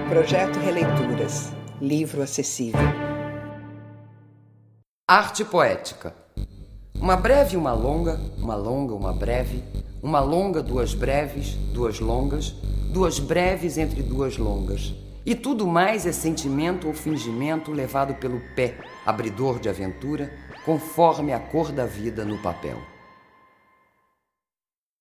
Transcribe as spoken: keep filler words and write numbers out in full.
Projeto Releituras. Livro acessível. Arte poética. Uma breve e uma longa, uma longa, uma breve, uma longa, duas breves, duas longas, duas breves entre duas longas. E tudo mais é sentimento ou fingimento levado pelo pé, abridor de aventura, conforme a cor da vida no papel.